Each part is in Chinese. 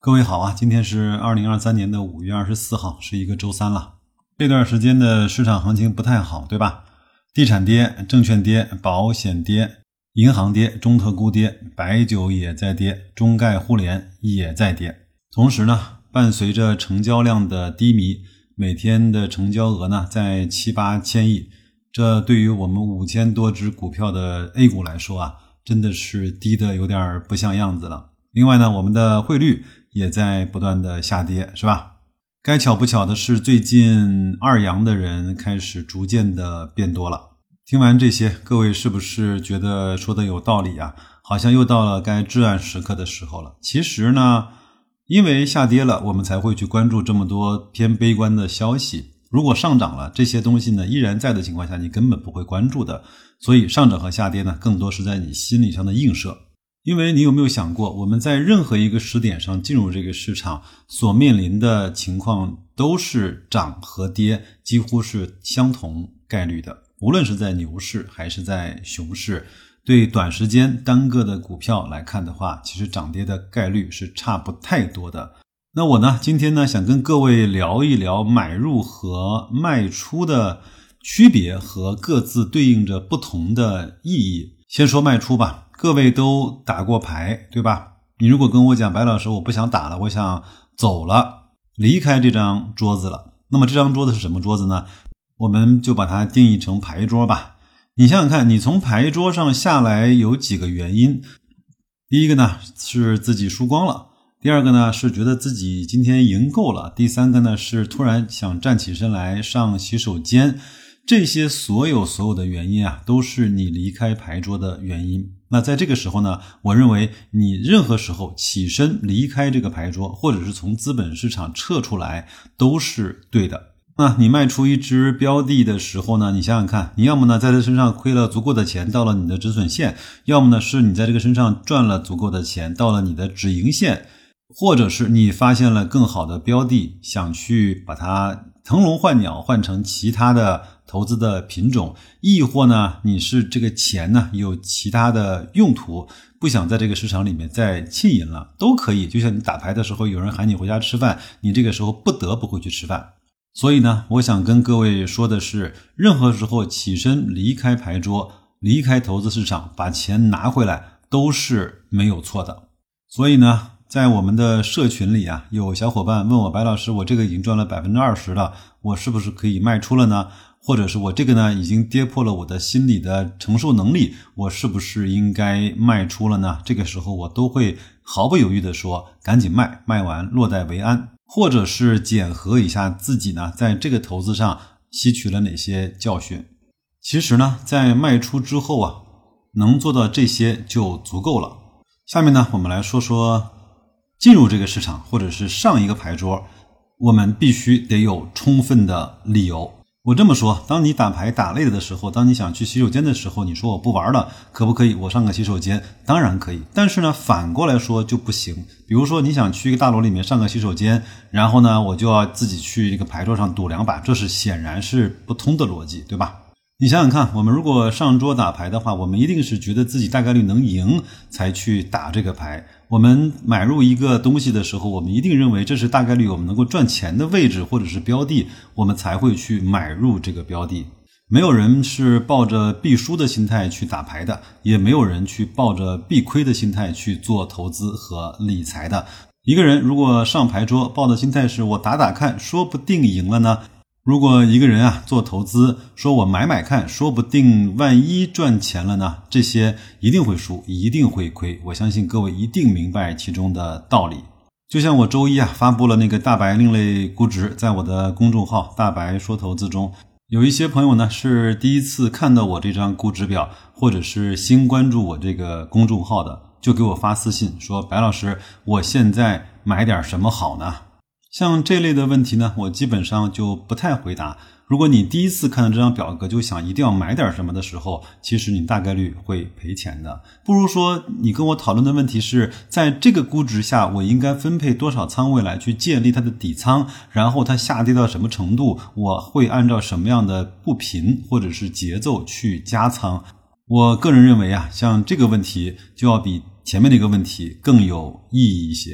各位好啊，今天是2023年的5月24号，是一个周三了。这段时间的市场行情不太好，对吧？地产跌，证券跌，保险跌，银行跌，中特估跌，白酒也在跌，中概互联也在跌。同时呢，伴随着成交量的低迷，每天的成交额呢在7、8千亿，这对于我们5000多只股票的 A 股来说啊，真的是低的有点不像样子了。另外呢，我们的汇率也在不断的下跌，是吧？该巧不巧的是，最近二阳的人开始逐渐的变多了。听完这些，各位是不是觉得说的有道理啊？好像又到了该至暗时刻的时候了。其实呢，因为下跌了，我们才会去关注这么多偏悲观的消息。如果上涨了，这些东西呢依然在的情况下，你根本不会关注的。所以上涨和下跌呢，更多是在你心理上的映射。因为你有没有想过，我们在任何一个时点上进入这个市场所面临的情况都是涨和跌几乎是相同概率的，无论是在牛市还是在熊市，对短时间单个的股票来看的话，其实涨跌的概率是差不太多的。那我呢，今天呢想跟各位聊一聊买入和卖出的区别和各自对应着不同的意义。先说卖出吧，各位都打过牌，对吧？你如果跟我讲，白老师我不想打了，我想走了，离开这张桌子了，那么这张桌子是什么桌子呢？我们就把它定义成牌桌吧。你想想看，你从牌桌上下来有几个原因。第一个呢是自己输光了，第二个呢是觉得自己今天赢够了，第三个呢是突然想站起身来上洗手间。这些所有的原因啊，都是你离开牌桌的原因。那在这个时候呢，我认为你任何时候起身离开这个牌桌，或者是从资本市场撤出来，都是对的。那你卖出一只标的的时候呢，你想想看，你要么呢在这身上亏了足够的钱到了你的止损线，要么呢是你在这个身上赚了足够的钱到了你的止盈线，或者是你发现了更好的标的，想去把它腾笼换鸟换成其他的投资的品种，亦或呢你是这个钱呢有其他的用途，不想在这个市场里面再浸淫了，都可以。就像你打牌的时候有人喊你回家吃饭，你这个时候不得不会去吃饭。所以呢，我想跟各位说的是，任何时候起身离开牌桌，离开投资市场，把钱拿回来都是没有错的。所以呢，在我们的社群里啊，有小伙伴问我，白老师，我这个已经赚了 20% 了，我是不是可以卖出了呢？或者是我这个呢已经跌破了我的心理的承受能力，我是不是应该卖出了呢？这个时候我都会毫不犹豫的说，赶紧卖，卖完落袋为安，或者是检核一下自己呢在这个投资上吸取了哪些教训。其实呢，在卖出之后啊，能做到这些就足够了。下面呢，我们来说说进入这个市场或者是上一个牌桌，我们必须得有充分的理由。我这么说，当你打牌打累了的时候，当你想去洗手间的时候，你说我不玩了，可不可以？我上个洗手间，当然可以。但是呢，反过来说就不行。比如说你想去一个大楼里面上个洗手间，然后呢，我就要自己去这个牌桌上赌2把，这是显然是不通的逻辑，对吧？你想想看，我们如果上桌打牌的话，我们一定是觉得自己大概率能赢才去打这个牌。我们买入一个东西的时候，我们一定认为这是大概率我们能够赚钱的位置或者是标的，我们才会去买入这个标的。没有人是抱着必输的心态去打牌的，也没有人去抱着必亏的心态去做投资和理财的。一个人如果上牌桌抱的心态是我打打看，说不定赢了呢。如果一个人啊做投资，说我买买看，说不定万一赚钱了呢，这些一定会输，一定会亏。我相信各位一定明白其中的道理。就像我周一啊发布了那个大白另类估值，在我的公众号大白说投资中，有一些朋友呢是第一次看到我这张估值表，或者是新关注我这个公众号的，就给我发私信说，白老师，我现在买点什么好呢？像这类的问题呢，我基本上就不太回答。如果你第一次看到这张表格就想一定要买点什么的时候，其实你大概率会赔钱的。不如说你跟我讨论的问题是，在这个估值下我应该分配多少仓位来去建立它的底仓，然后它下跌到什么程度，我会按照什么样的步频或者是节奏去加仓。我个人认为啊，像这个问题就要比前面那个问题更有意义一些。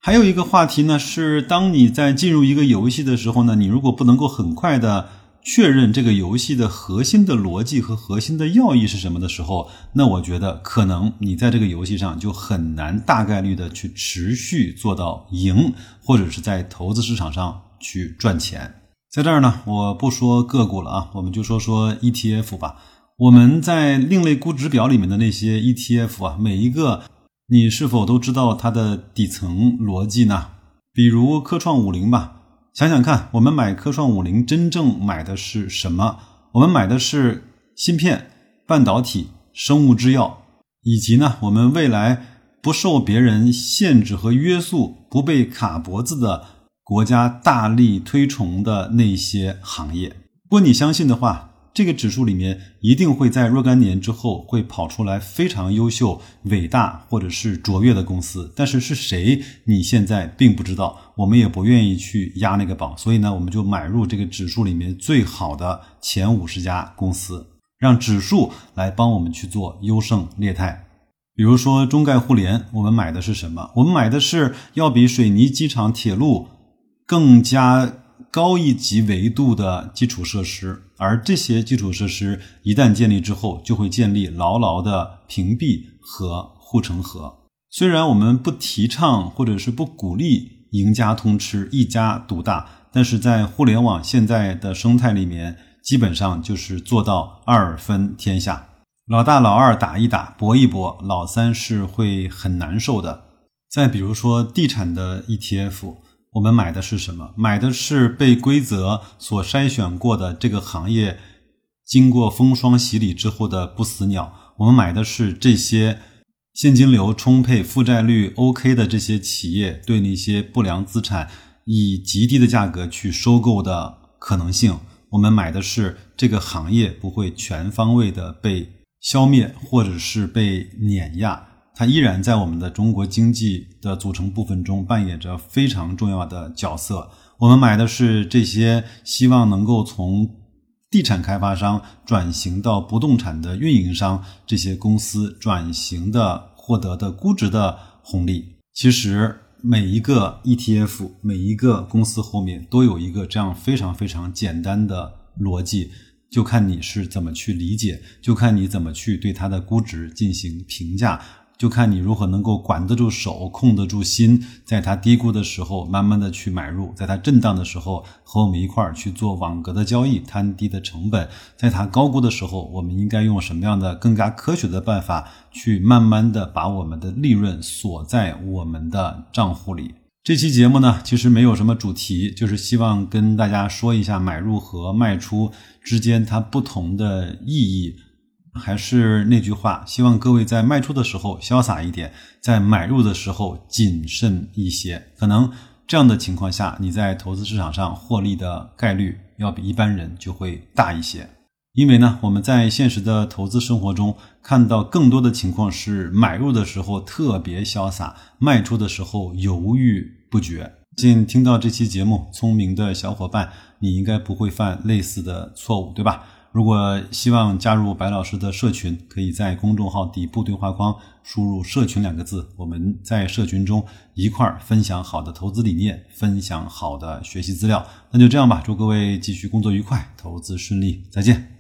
还有一个话题呢，是当你在进入一个游戏的时候呢，你如果不能够很快的确认这个游戏的核心的逻辑和核心的要义是什么的时候，那我觉得可能你在这个游戏上就很难大概率的去持续做到赢，或者是在投资市场上去赚钱。在这儿呢，我不说个股了啊，我们就说说 ETF 吧。我们在另类估值表里面的那些 ETF 啊，每一个你是否都知道它的底层逻辑呢？比如科创50吧，想想看，我们买科创50真正买的是什么？我们买的是芯片、半导体、生物制药，以及呢，我们未来不受别人限制和约束，不被卡脖子的国家大力推崇的那些行业。如果你相信的话，这个指数里面一定会在若干年之后会跑出来非常优秀、伟大或者是卓越的公司，但是是谁你现在并不知道，我们也不愿意去押那个宝，所以呢，我们就买入这个指数里面最好的前50家公司，让指数来帮我们去做优胜劣汰。比如说中概互联，我们买的是什么？我们买的是要比水泥机场、铁路更加高一级维度的基础设施，而这些基础设施一旦建立之后，就会建立牢牢的屏蔽和护城河。虽然我们不提倡或者是不鼓励赢家通吃、一家独大，但是在互联网现在的生态里面，基本上就是做到二分天下，老大老二打一打，搏一搏，老三是会很难受的。再比如说地产的 ETF，我们买的是什么？买的是被规则所筛选过的这个行业经过风霜洗礼之后的不死鸟，我们买的是这些现金流充沛、负债率 OK 的这些企业对那些不良资产以极低的价格去收购的可能性，我们买的是这个行业不会全方位的被消灭或者是被碾压，它依然在我们的中国经济的组成部分中扮演着非常重要的角色。我们买的是这些希望能够从地产开发商转型到不动产的运营商，这些公司转型的获得的估值的红利。其实每一个 ETF， 每一个公司后面都有一个这样非常非常简单的逻辑，就看你是怎么去理解，就看你怎么去对它的估值进行评价，就看你如何能够管得住手，控得住心，在它低估的时候慢慢的去买入，在它震荡的时候和我们一块儿去做网格的交易，摊低的成本，在它高估的时候我们应该用什么样的更加科学的办法去慢慢的把我们的利润锁在我们的账户里。这期节目呢，其实没有什么主题，就是希望跟大家说一下买入和卖出之间它不同的意义。还是那句话，希望各位在卖出的时候潇洒一点，在买入的时候谨慎一些。可能这样的情况下，你在投资市场上获利的概率要比一般人就会大一些。因为呢，我们在现实的投资生活中看到更多的情况是买入的时候特别潇洒，卖出的时候犹豫不决。听到这期节目，聪明的小伙伴，你应该不会犯类似的错误，对吧？如果希望加入白老师的社群，可以在公众号底部对话框输入社群2个字，我们在社群中一块儿分享好的投资理念，分享好的学习资料。那就这样吧，祝各位继续工作愉快，投资顺利，再见。